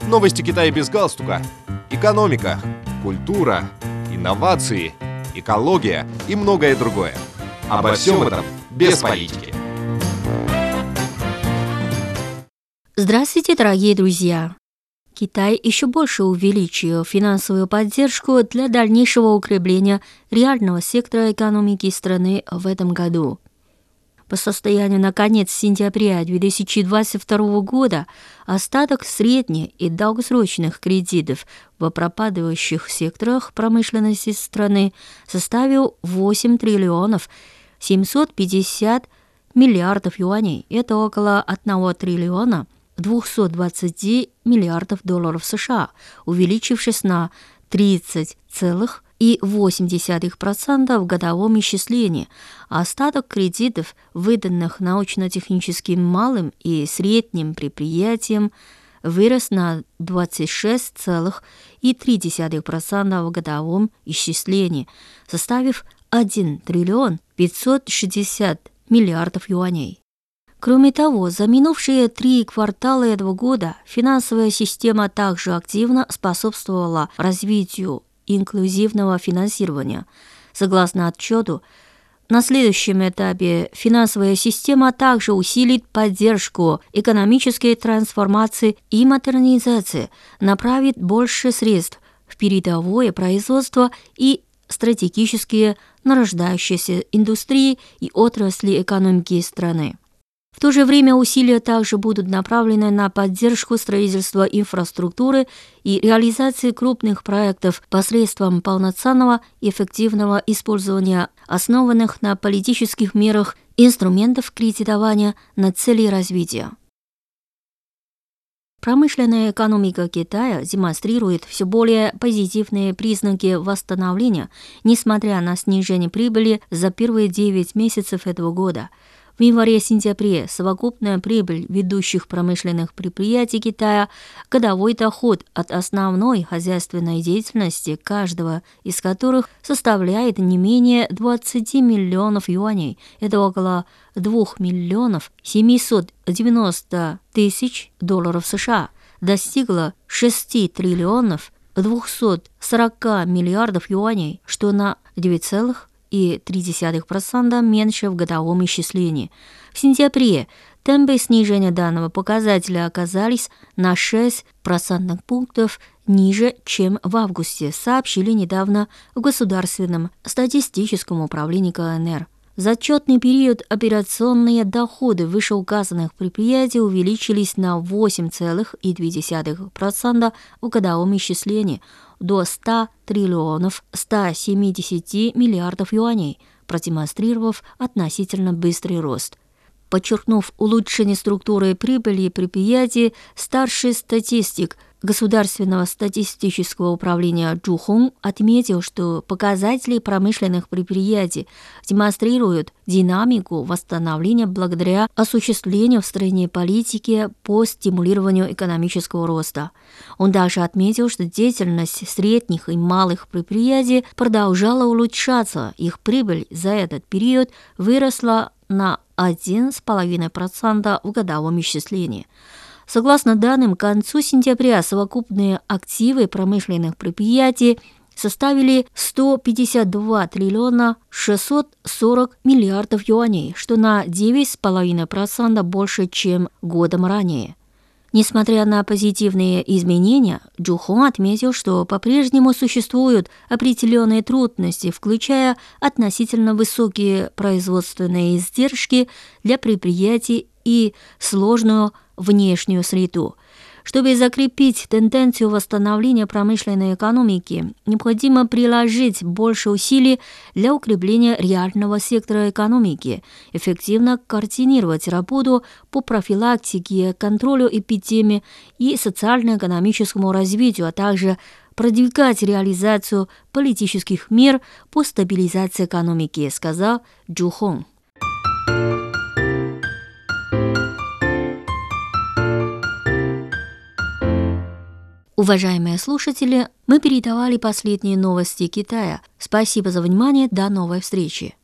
Новости Китая без галстука. Экономика, культура, инновации, экология и многое другое. Обо всем этом без политики. Здравствуйте, дорогие друзья! Китай еще больше увеличил финансовую поддержку для дальнейшего укрепления реального сектора экономики страны в этом году. По состоянию на конец сентября 2022 года остаток средних и долгосрочных кредитов в пропадающих секторах промышленности страны составил 8 триллионов 750 миллиардов юаней. Это около 1 триллиона 220 миллиардов долларов США, увеличившись на 30,8% в годовом исчислении, а остаток кредитов, выданных научно-техническим малым и средним предприятиям, вырос на 26,3% в годовом исчислении, составив 1 триллион 560 миллиардов юаней. Кроме того, за минувшие 3 квартала этого года финансовая система также активно способствовала развитию инклюзивного финансирования. Согласно отчету, на следующем этапе финансовая система также усилит поддержку экономической трансформации и модернизации, направит больше средств в передовое производство и стратегические нарождающиеся индустрии и отрасли экономики страны. В то же время усилия также будут направлены на поддержку строительства инфраструктуры и реализации крупных проектов посредством полноценного и эффективного использования основанных на политических мерах инструментов кредитования на цели развития. Промышленная экономика Китая демонстрирует все более позитивные признаки восстановления, несмотря на снижение прибыли за первые 9 месяцев этого года. В январе-сентябре совокупная прибыль ведущих промышленных предприятий Китая, годовой доход от основной хозяйственной деятельности каждого из которых составляет не менее 20 миллионов юаней, это около 2 миллионов 790 тысяч долларов США, достигла 6 триллионов 240 миллиардов юаней, что на 9,3% меньше в годовом исчислении. В сентябре темпы снижения данного показателя оказались на 6 процентных пунктов ниже, чем в августе, сообщили недавно в Государственном статистическом управлении КНР. За отчетный период операционные доходы вышеуказанных предприятий увеличились на 8,2% в годовом исчислении до 100 триллионов 170 миллиардов юаней, продемонстрировав относительно быстрый рост. Подчеркнув улучшение структуры прибыли предприятий, старший статистик Государственного статистического управления Чжу Хong отметил, что показатели промышленных предприятий демонстрируют динамику восстановления благодаря осуществлению в стране политики по стимулированию экономического роста. Он также отметил, что деятельность средних и малых предприятий продолжала улучшаться, их прибыль за этот период выросла на 1,5% в годовом исчислении. Согласно данным, к концу сентября совокупные активы промышленных предприятий составили 152 триллиона 640 миллиардов юаней, что на 9,5% больше, чем годом ранее. Несмотря на позитивные изменения, Чжу Хong отметил, что по-прежнему существуют определенные трудности, включая относительно высокие производственные издержки для предприятий и сложную внешнюю среду. Чтобы закрепить тенденцию восстановления промышленной экономики, необходимо приложить больше усилий для укрепления реального сектора экономики, эффективно координировать работу по профилактике, контролю эпидемии и социально-экономическому развитию, а также продвигать реализацию политических мер по стабилизации экономики, сказал Чжу Хong. Уважаемые слушатели, мы передавали последние новости Китая. Спасибо за внимание. До новой встречи.